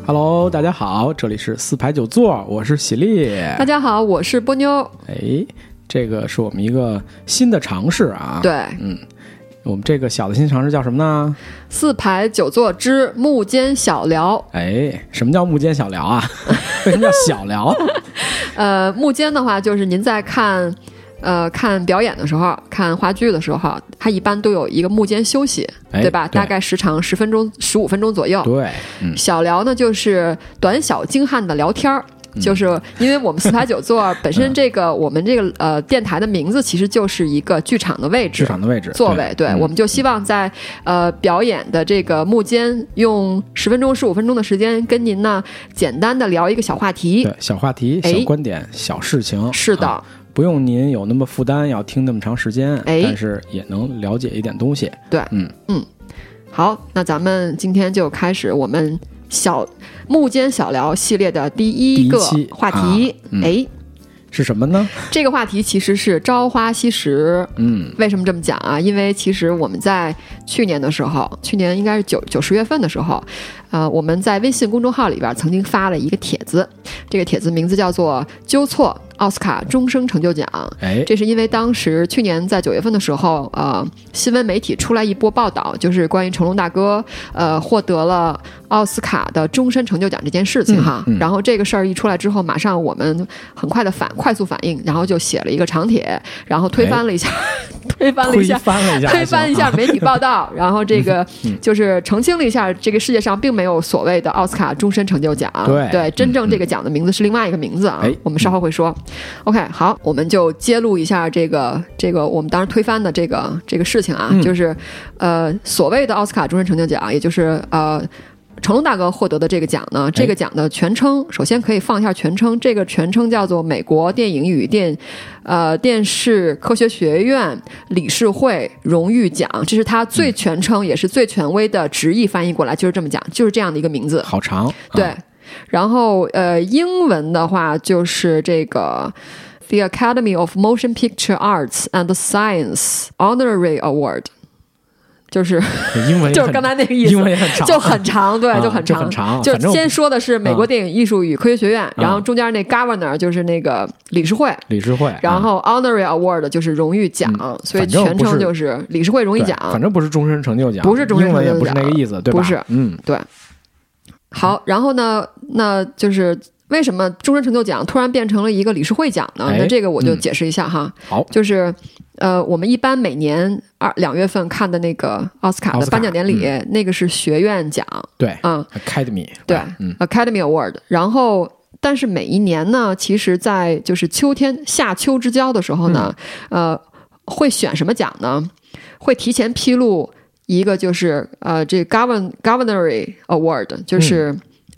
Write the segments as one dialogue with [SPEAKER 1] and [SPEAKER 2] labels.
[SPEAKER 1] Hello， 大家好，这里是四排九座，我是喜力。
[SPEAKER 2] 大家好，我是波妞。
[SPEAKER 1] 哎，这个是我们一个新的尝试啊。
[SPEAKER 2] 对，
[SPEAKER 1] 我们这个小的新尝试叫什么呢？
[SPEAKER 2] 四排九座之幕间小聊。
[SPEAKER 1] 哎，什么叫幕间小聊啊？为什么叫小聊？
[SPEAKER 2] 幕间的话，就是您在看表演的时候，看话剧的时候，它一般都有一个幕间休息，对吧？
[SPEAKER 1] 对，
[SPEAKER 2] 大概时长10分钟、15分钟左右。
[SPEAKER 1] 对，
[SPEAKER 2] 小聊呢就是短小精悍的聊天儿。就是因为我们四排九座本身我们这个电台的名字其实就是一个剧场的位置，座位，对，我们就希望在表演的这个幕间用10分钟、15分钟的时间跟您呢简单的聊一个小话题，
[SPEAKER 1] 对，小话题、小观点、小事情，
[SPEAKER 2] 是的。
[SPEAKER 1] 不用您有那么负担要听那么长时间，但是也能了解一点东西。
[SPEAKER 2] 对，好，那咱们今天就开始我们幕间小聊系列的第一个话题。
[SPEAKER 1] 是什么呢？
[SPEAKER 2] 这个话题其实是朝花夕拾。为什么这么讲啊？因为其实我们在去年的时候，去年应该是9、10月份的时候，我们在微信公众号里边曾经发了一个帖子，这个帖子名字叫做纠错奥斯卡终生成就奖。这是因为当时去年在9月份的时候，新闻媒体出来一波报道，就是关于成龙大哥获得了奥斯卡的终身成就奖这件事情哈。然后这个事儿一出来之后，马上我们很快的快速反应，然后就写了一个长帖，然后推翻了一下推翻一下媒体报道，然后这个就是澄清了一下，这个世界上并没有所谓的奥斯卡终身成就奖。对，真正这个奖的名字是另外一个名字啊，我们稍后会说。OK， 好，我们就揭露一下这个我们当时推翻的这个事情啊，就是所谓的奥斯卡终身成就奖，也就是成龙大哥获得的这个奖呢，这个奖的全称，首先可以放一下全称，这个全称叫做美国电影与电视科学学院理事会荣誉奖，这是它最全称也是最权威的直译翻译过来，就是这么讲，就是这样的一个名字，
[SPEAKER 1] 好长。
[SPEAKER 2] 对，然后英文的话就是这个 The Academy of Motion Picture Arts and Science Honorary Award。就是
[SPEAKER 1] 英文
[SPEAKER 2] 就是刚才那个意思，
[SPEAKER 1] 英文也很长，
[SPEAKER 2] 就很长，对，就很
[SPEAKER 1] 长。
[SPEAKER 2] 就先说的是美国电影艺术与科学学院，然后中间那 governor 就是那个理事会，然后 honorary award 就是荣誉奖，所以全称就是理事会荣誉奖。
[SPEAKER 1] 反正不是终身成就奖，
[SPEAKER 2] 不是终身成就奖，
[SPEAKER 1] 英文也不是那个意思，对吧？
[SPEAKER 2] 不是，对。好，然后呢，那就是为什么终身成就奖突然变成了一个理事会奖呢？那这个我就解释一下哈。
[SPEAKER 1] 好，
[SPEAKER 2] 就是我们一般每年2月份看的那个奥斯卡的颁奖典礼，那个是学院奖，
[SPEAKER 1] 对，Academy，
[SPEAKER 2] 对，Academy Award。然后，但是每一年呢，其实在就是夏秋之交的时候呢，会选什么奖呢？会提前披露一个就是这 Governorary Award， 就是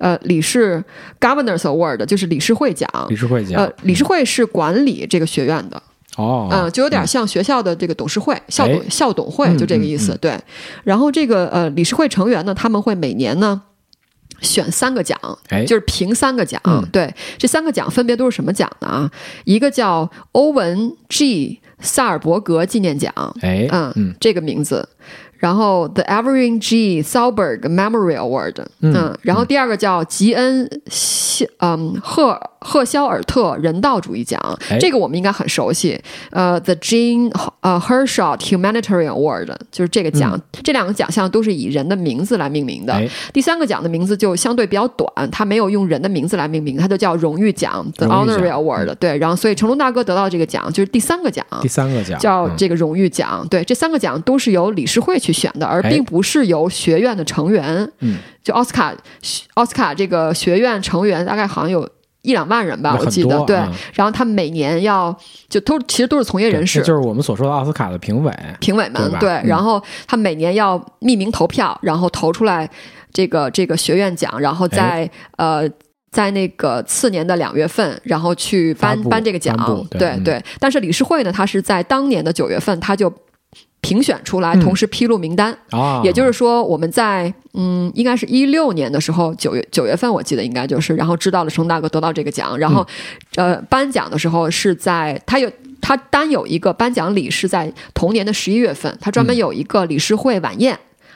[SPEAKER 2] Governor's Award， 就是理事会奖。理事会是管理这个学院的。就有点像学校的这个董事会、校董会，就这个意思。对，然后这个理事会成员呢，他们会每年呢选3个奖，就是评3个奖。对，这3个奖分别都是什么奖呢？啊，一个叫欧文 G 萨尔伯格纪念奖，这个名字。然后 The Avery G Thalberg Memory Award， 然后第二个叫吉恩赫肖尔特人道主义奖，这个我们应该很熟悉。The Jean Hersholt Humanitarian Award 就是这个奖，这2个奖项都是以人的名字来命名的。第3个奖的名字就相对比较短，它没有用人的名字来命名，它就叫荣誉奖 The Honorary Award。对，然后所以成龙大哥得到这个奖就是第3个奖，叫这个荣誉奖。对，这3个奖都是由理事会去选的，而并不是由学院的成员。就奥斯卡这个学院成员大概好像有1-2万人吧，我记得。对，然后他们每年其实都是从业人士，
[SPEAKER 1] 就是我们所说的奥斯卡的评委
[SPEAKER 2] 们。对，然后他每年要匿名投票，然后投出来这个学院奖，然后在那个次年的2月份，然后去颁这个奖。对。但是理事会呢，他是在当年的9月份，他就评选出来，同时披露名单。也就是说，我们在应该是2016年的时候9月份，我记得应该就是，然后知道了成龙大哥得到这个奖，然后颁奖的时候是在他单有一个颁奖礼是在同年的11月份，他专门有一个理事会晚宴。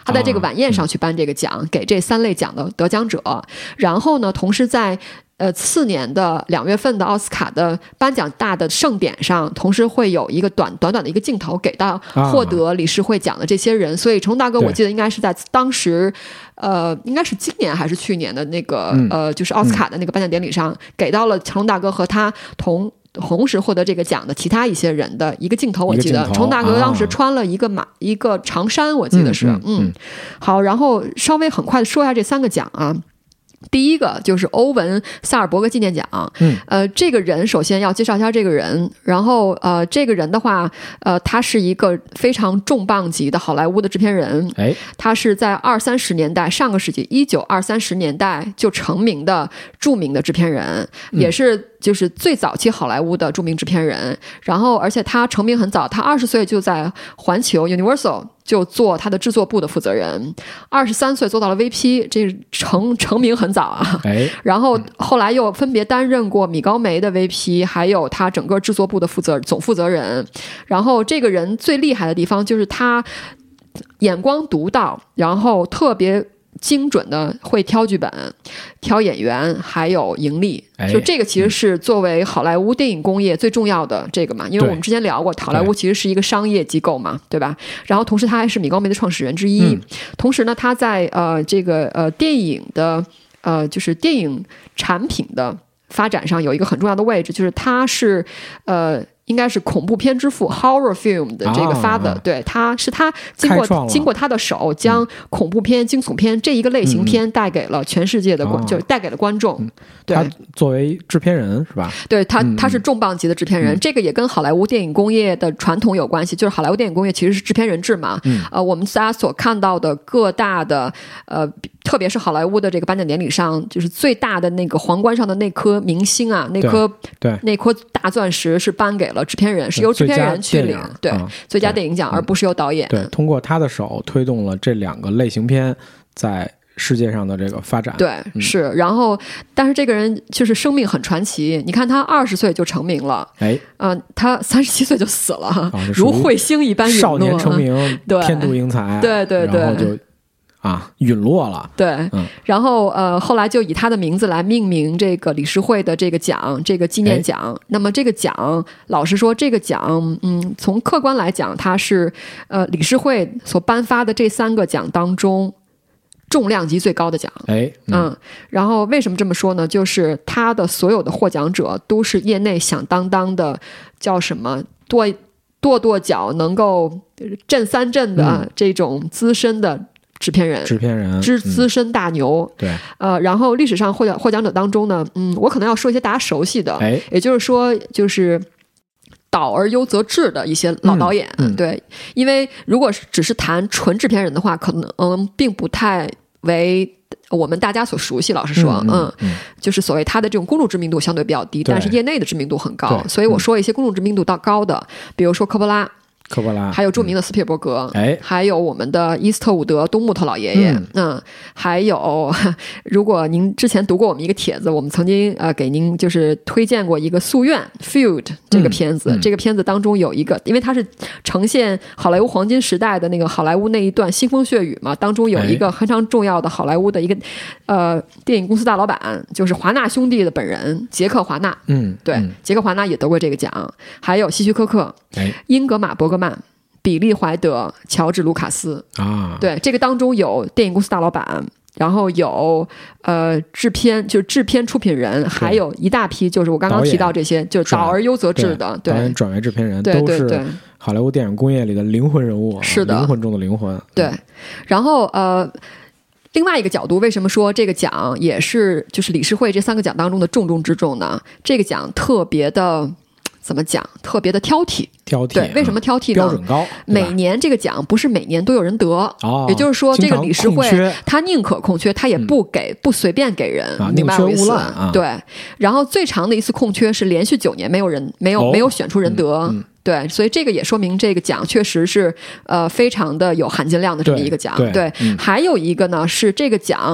[SPEAKER 2] 他在这个晚宴上去颁这个奖，给这3类奖的得奖者。然后呢，同时在次年的2月份的奥斯卡的颁奖大的盛典上，同时会有一个短短的一个镜头给到获得理事会奖的这些人。所以成龙大哥我记得应该是在当时应该是今年还是去年的那个就是奥斯卡的那个颁奖典礼上，给到了成龙大哥和他同时获得这个奖的其他一些人的一个镜头。我记得成龙大哥当时穿了一个长衫，我记得是好，然后稍微很快的说一下这3个奖啊。第一个就是欧文·萨尔伯格纪念奖，这个人首先要介绍一下这个人，然后这个人的话，他是一个非常重磅级的好莱坞的制片人，他是在20-30年代，上个世纪1920-30年代就成名的著名的制片人，也是就是最早期好莱坞的著名制片人。然后而且他成名很早，他20岁就在环球 Universal 就做他的制作部的负责人，23岁做到了 VP， 这成名很早啊。然后后来又分别担任过米高梅的 VP， 还有他整个制作部的总负责人。然后这个人最厉害的地方就是他眼光独到，然后特别精准的会挑剧本、挑演员，还有盈利。就这个其实是作为好莱坞电影工业最重要的这个嘛，因为我们之前聊过，好莱坞其实是一个商业机构嘛，对吧？然后同时他还是米高梅的创始人之一。同时呢，他在这个电影的就是电影产品的发展上有一个很重要的位置，就是他是应该是恐怖片之父 horror film 的这个father，对，他经过他的手，将恐怖片、惊悚片这一个类型片带给了全世界的就带给了观众。对，
[SPEAKER 1] 他作为制片人是吧？
[SPEAKER 2] 对，他是重磅级的制片人，这个也跟好莱坞电影工业的传统有关系，就是好莱坞电影工业其实是制片人制嘛。我们大家所看到的各大的特别是好莱坞的这个颁奖典礼上，就是最大的那个皇冠上的那颗明星啊，那颗大钻石是颁给了制片人，是由制片人去领最佳电影奖，而不是由导演。
[SPEAKER 1] 对，通过他的手推动了这2个类型片在世界上的这个发展。
[SPEAKER 2] 对，是。然后但是这个人就是生命很传奇，你看他20岁就成名了，他37岁就死了，如彗星一般陨落，
[SPEAKER 1] 少年成名，天妒英才，
[SPEAKER 2] 对，
[SPEAKER 1] 然后就陨落了。
[SPEAKER 2] 对，然后后来就以他的名字来命名这个理事会的这个奖，这个纪念奖。那么这个奖，老实说，这个奖，从客观来讲，它是理事会所颁发的这3个奖当中重量级最高的奖。然后为什么这么说呢？就是他的所有的获奖者都是业内响当当的，叫什么跺脚能够震3震的这种资深的制片人资深大牛。
[SPEAKER 1] 对，
[SPEAKER 2] 然后历史上获奖者当中呢，我可能要说一些大家熟悉的，也就是说，就是导而优则制的一些老导演。对，因为如果只是谈纯制片人的话，可能并不太为我们大家所熟悉。老实说，就是所谓他的这种公众知名度相对比较低，但是业内的知名度很高。所以我说一些公众知名度高的，比如说科波拉，还有著名的斯皮尔伯格，还有我们的伊斯特伍德东木头老爷爷，还有如果您之前读过我们一个帖子，我们曾经给您就是推荐过一个夙愿 Field 这个片子，这个片子当中有一个，因为它是呈现好莱坞黄金时代的那个好莱坞那一段腥风血雨嘛，当中有一个非常重要的好莱坞的一个电影公司大老板，就是华纳兄弟的本人杰克华纳。对，杰克华纳也得过这个奖，还有希区柯克，英格玛伯格曼、比利怀德、乔治卢卡斯对，这个当中有电影公司大老板，然后有制片出品人，还有一大批就是我刚刚提到这些就是导而优则制的
[SPEAKER 1] 导演转为制片人，都是好莱坞电影工业里的灵魂人物，
[SPEAKER 2] 是的，
[SPEAKER 1] 灵魂中的灵魂。
[SPEAKER 2] 对，然后另外一个角度，为什么说这个奖也是就是理事会这3个奖当中的重中之重呢？这个奖特别的怎么讲？特别的挑剔。对，为什么挑剔呢？
[SPEAKER 1] 标准高。
[SPEAKER 2] 每年这个奖不是每年都有人得，也就是说，这个理事会他宁可空缺，他也不随便给人，明白我意思？对。然后最长的一次空缺是连续9年没有选出人得。对，所以这个也说明这个奖确实是非常的有含金量的这么一个奖。对，还有一个呢是这个奖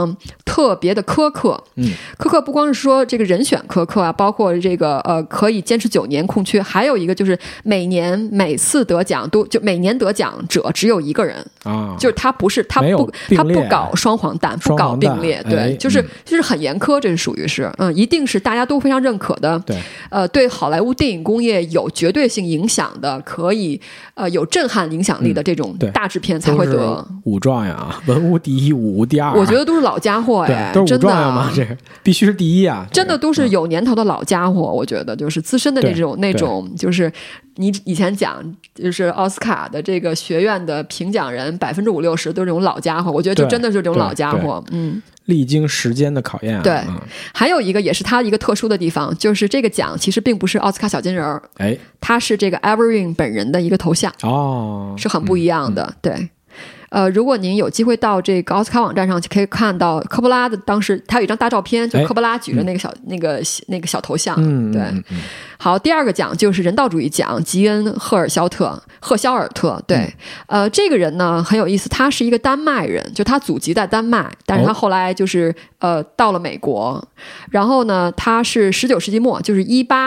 [SPEAKER 2] 特别的苛刻。苛刻不光是说这个人选苛刻啊，包括这个可以坚持9年空缺，还有一个就是每次得奖每年得奖者只有一个人啊，就是他不搞双黄蛋，不搞并列，对，就是很严苛，这是属于是一定是大家都非常认可的，
[SPEAKER 1] 对，
[SPEAKER 2] 对好莱坞电影工业有绝对性影响的，可以有震撼影响力的这种大制片才会得
[SPEAKER 1] 武状元啊，文无第一，武无第二，
[SPEAKER 2] 我觉得都是老家伙哎，
[SPEAKER 1] 都是武状元嘛，这个必须是第一啊，
[SPEAKER 2] 真的都是有年头的老家伙，我觉得就是资深的那种，就是你以前讲就是奥斯卡的这个学院的评奖人50%-60%都是这种老家伙，我觉得就真的是这种老家伙，
[SPEAKER 1] 历经时间的考验啊。
[SPEAKER 2] 对，还有一个也是他一个特殊的地方，就是这个奖其实并不是奥斯卡小金人儿，他是这个 Everine 本人的一个头像哦，是很不一样的，对。如果您有机会到这个奥斯卡网站上，可以看到科波拉的当时他有一张大照片，就科波拉举着那个小头像，对。好，第二个奖就是人道主义奖，吉恩·赫肖尔特，对，这个人呢很有意思，他是一个丹麦人，就他祖籍在丹麦，但是他后来就是到了美国，然后呢他是19世纪末，就是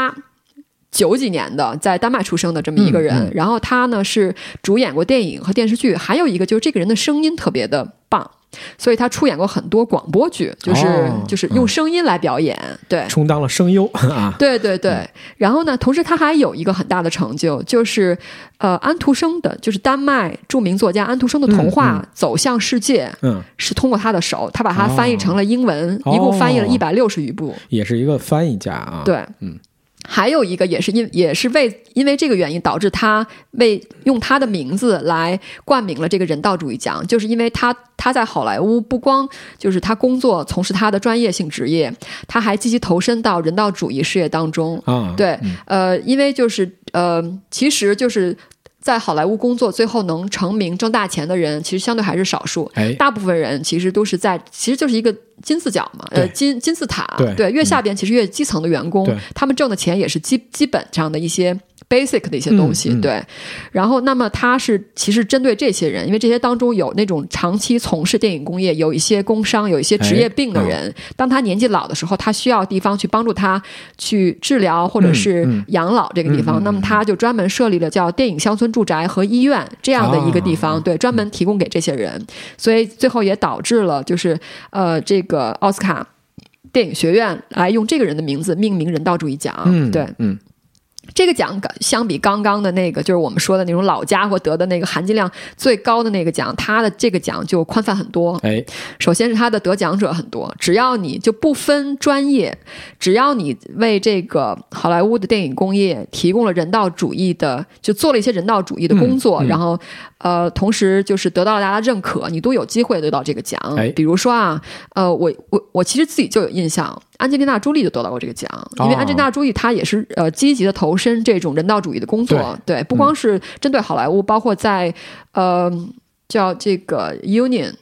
[SPEAKER 2] 90几年的，在丹麦出生的这么一个人，然后他呢是主演过电影和电视剧，还有一个就是这个人的声音特别的棒，所以他出演过很多广播剧，就是用声音来表演，对，
[SPEAKER 1] 充当了声优啊，
[SPEAKER 2] 对对对。然后呢，同时他还有一个很大的成就，就是安徒生的，就是丹麦著名作家安徒生的童话《走向世界》，是通过他的手，他把它翻译成了英文，一共翻译了160余部，
[SPEAKER 1] 也是一个翻译家啊，
[SPEAKER 2] 对，还有一个也是因为这个原因导致他用他的名字来冠名了这个人道主义奖，就是因为他在好莱坞不光就是他工作从事他的专业性职业，他还积极投身到人道主义事业当中啊。对，因为就是其实就是在好莱坞工作最后能成名挣大钱的人其实相对还是少数，大部分人其实都是其实就是一个金字角嘛，金字塔，对，越下边其实越基层的员工，他们挣的钱也是基本上的一些 basic 的一些东西，对。然后那么他是其实针对这些人，因为这些当中有那种长期从事电影工业，有一些工伤，有一些职业病的人，当他年纪老的时候，他需要地方去帮助他去治疗或者是养老这个地方，那么他就专门设立了叫电影乡村住宅和医院这样的一个地方，对，专门提供给这些人，所以最后也导致了就是这个奥斯卡电影学院来用这个人的名字命名人道主义奖，对，这个奖相比刚刚的那个就是我们说的那种老家伙得的那个含金量最高的那个奖，他的这个奖就宽泛很多。首先是他的得奖者很多，只要你就不分专业，只要你为这个好莱坞的电影工业提供了人道主义的，就做了一些人道主义的工作，然后同时就是得到了大家认可，你都有机会得到这个奖。比如说啊，我其实自己就有印象，安吉丽娜·朱莉就得到过这个奖，因为安吉丽娜·朱莉她也是积极的投身这种人道主义的工作，对，不光是针对好莱坞，包括在叫这个 Union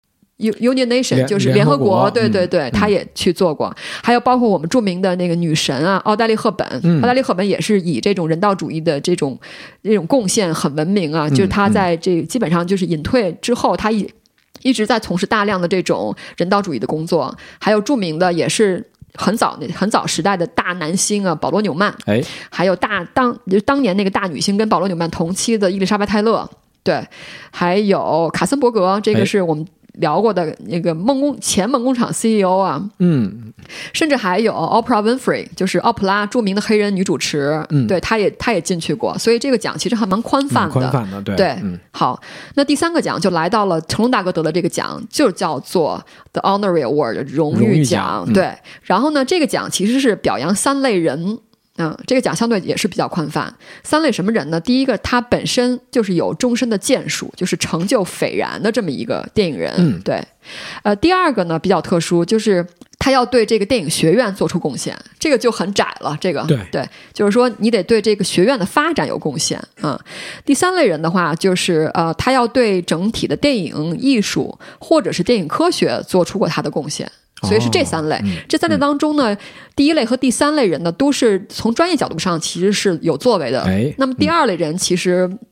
[SPEAKER 2] Nation 就是联合国，对对对，他也去做过，还有包括我们著名的那个女神啊，奥黛丽·赫本，奥黛丽·赫本也是以这种人道主义的这种贡献很闻名啊，就是她在这基本上就是隐退之后，她一直在从事大量的这种人道主义的工作，还有著名的也是很早时代的大男星啊，保罗·纽曼，还有当年那个大女星跟保罗·纽曼同期的伊丽莎白·泰勒，对，还有卡森伯格，这个是我们聊过的那个前梦工厂 CEO 啊，甚至还有 Oprah Winfrey， 就是奥普拉著名的黑人女主持，对，她也进去过，所以这个奖其实还蛮宽泛的，对，好，那第三个奖就来到了成龙大哥得的这个奖，就叫做 The Honorary Award 荣誉奖，对，然后呢，这个奖其实是表扬3类人。这个奖相对也是比较宽泛。3类什么人呢？第一个，他本身就是有终身的建树，就是成就斐然的这么一个电影人，对。第二个呢比较特殊，就是他要对这个电影学院做出贡献，这个就很窄了，这个对，就是说你得对这个学院的发展有贡献啊。第3类人的话，就是他要对整体的电影艺术或者是电影科学做出过他的贡献。所以是这3类，这3类当中呢，第1类和第3类人呢，都是从专业角度上其实是有作为的。那么第2类人其实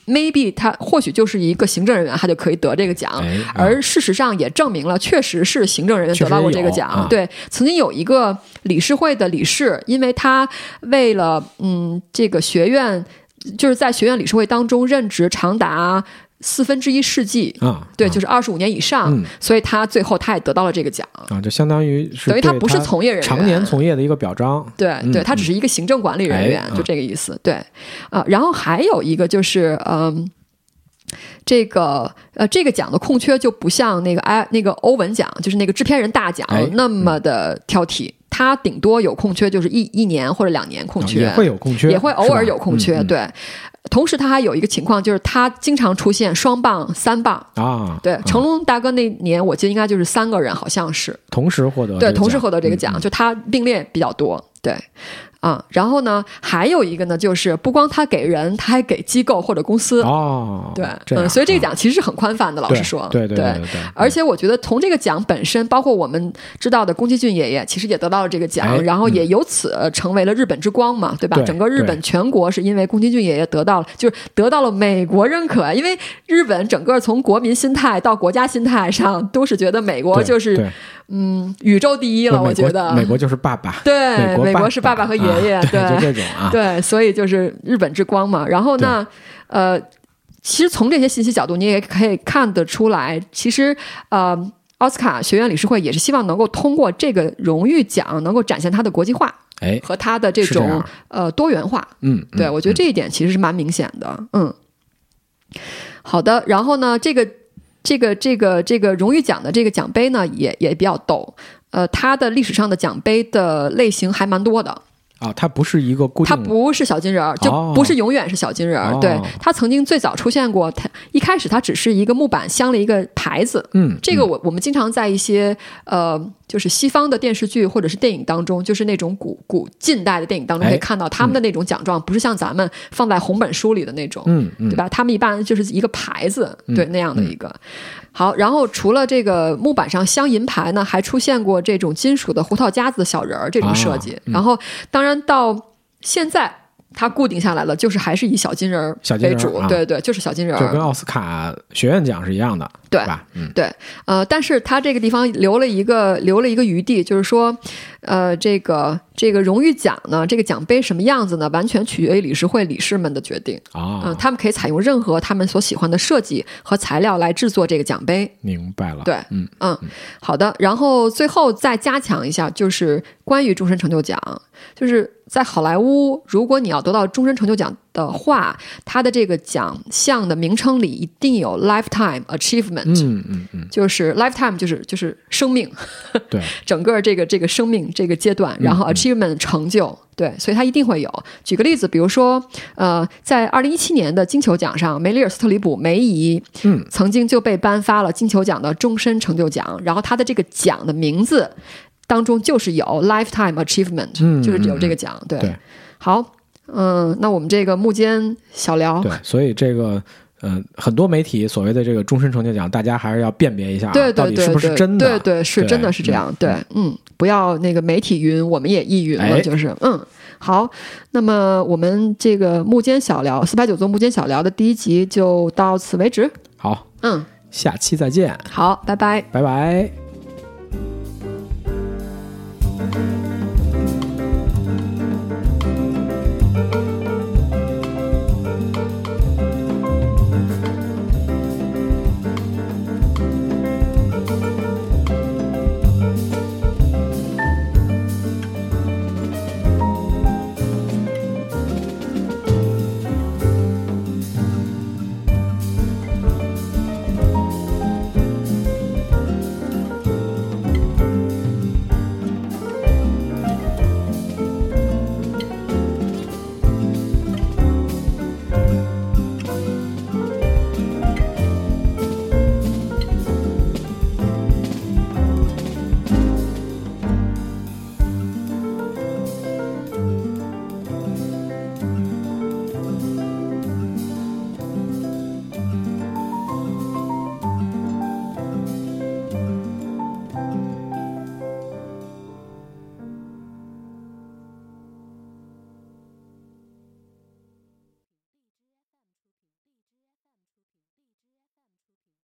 [SPEAKER 2] maybe 他或许就是一个行政人员，他就可以得这个奖，而事实上也证明了确实是行政人员得到过这个奖。对，曾经有一个理事会的理事，因为他为了这个学院，就是在学院理事会当中任职长达1/4世纪对，就是25年以上，所以他最后他也得到了这个奖
[SPEAKER 1] 就相当于是
[SPEAKER 2] 等于他不是从业人员，
[SPEAKER 1] 常年从业的一个表彰。
[SPEAKER 2] 对对，他只是一个行政管理人员，就这个意思。对然后还有一个就是这个奖的空缺就不像那个欧文奖，就是那个制片人大奖那么的挑剔。他顶多有空缺，就是一年或者2年空缺，
[SPEAKER 1] 也会有空缺，
[SPEAKER 2] 也会偶尔有空缺。对，同时他还有一个情况，就是他经常出现双棒、3棒对，成龙大哥那年我记得应该就是3个人，好像是
[SPEAKER 1] 同时获得
[SPEAKER 2] 对，同时获得这个奖，就他并列比较多。对。然后呢，还有一个呢，就是不光他给人，他还给机构或者公司对，所以这个奖其实是很宽泛的，老实说，
[SPEAKER 1] 对。
[SPEAKER 2] 而且我觉得从这个奖本身，包括我们知道的宫崎骏爷爷，其实也得到了这个奖，然后也由此成为了日本之光嘛，对吧？整个日本全国是因为宫崎骏爷爷得到了美国认可，因为日本整个从国民心态到国家心态上都是觉得美国就是宇宙第一了，我觉得
[SPEAKER 1] 美国就是爸爸，
[SPEAKER 2] 对，美国是爸爸和爷爷，
[SPEAKER 1] 对，就这种
[SPEAKER 2] 对，所以就是日本之光嘛。然后呢，其实从这些信息角度，你也可以看得出来，其实奥斯卡学院理事会也是希望能够通过这个荣誉奖，能够展现它的国际化，和它的这种多元化。对，我觉得这一点其实是蛮明显的。好的，然后呢，这个荣誉奖的这个奖杯呢，也比较逗。它的历史上的奖杯的类型还蛮多的。
[SPEAKER 1] 它不是一个固定，
[SPEAKER 2] 它不是小金人，就不是永远是小金人。对，它曾经最早出现过，它一开始它只是一个木板镶了一个牌子。这个我们经常在一些就是西方的电视剧或者是电影当中，就是那种古近代的电影当中可以看到他们的那种奖状，不是像咱们放在红本书里的那种，对吧？他们一般就是一个牌子，对，那样的一个。好，然后除了这个木板上镶银牌呢，还出现过这种金属的胡桃夹子的小人儿这种设计。然后当然到现在它固定下来了，就是还是以小金人为主，对对，就是小金人，
[SPEAKER 1] 就跟奥斯卡学院奖是一样的，
[SPEAKER 2] 对
[SPEAKER 1] 吧？
[SPEAKER 2] 对，但是它这个地方留了一个余地，就是说，这个荣誉奖呢，这个奖杯什么样子呢，完全取决于理事会理事们的决定他们可以采用任何他们所喜欢的设计和材料来制作这个奖杯。
[SPEAKER 1] 明白了，
[SPEAKER 2] 对，好的。然后最后再加强一下，就是关于终身成就奖，就是在好莱坞，如果你要得到终身成就奖的话，它的这个奖项的名称里一定有 lifetime achievement，就是 lifetime 就是生命，
[SPEAKER 1] 对，
[SPEAKER 2] 整个这个生命这个阶段，然后 achievement 成就，对，所以它一定会有。举个例子，比如说在2017年的金球奖上，梅丽尔·斯特里普梅姨曾经就被颁发了金球奖的终身成就奖，然后它的这个奖的名字当中就是有 lifetime achievement，就是有这个奖。对，好，那我们这个幕间小聊，
[SPEAKER 1] 对，所以这个很多媒体所谓的这个终身成就奖，大家还是要辨别一下，
[SPEAKER 2] 对，
[SPEAKER 1] 到底是不是真的？
[SPEAKER 2] 对，是真的是这样，对，不要那个媒体云，我们也意云了，就是好，那么我们这个幕间小聊409座幕间小聊的第1集就到此为止。
[SPEAKER 1] 好，下期再见。
[SPEAKER 2] 好，拜拜，
[SPEAKER 1] 拜拜。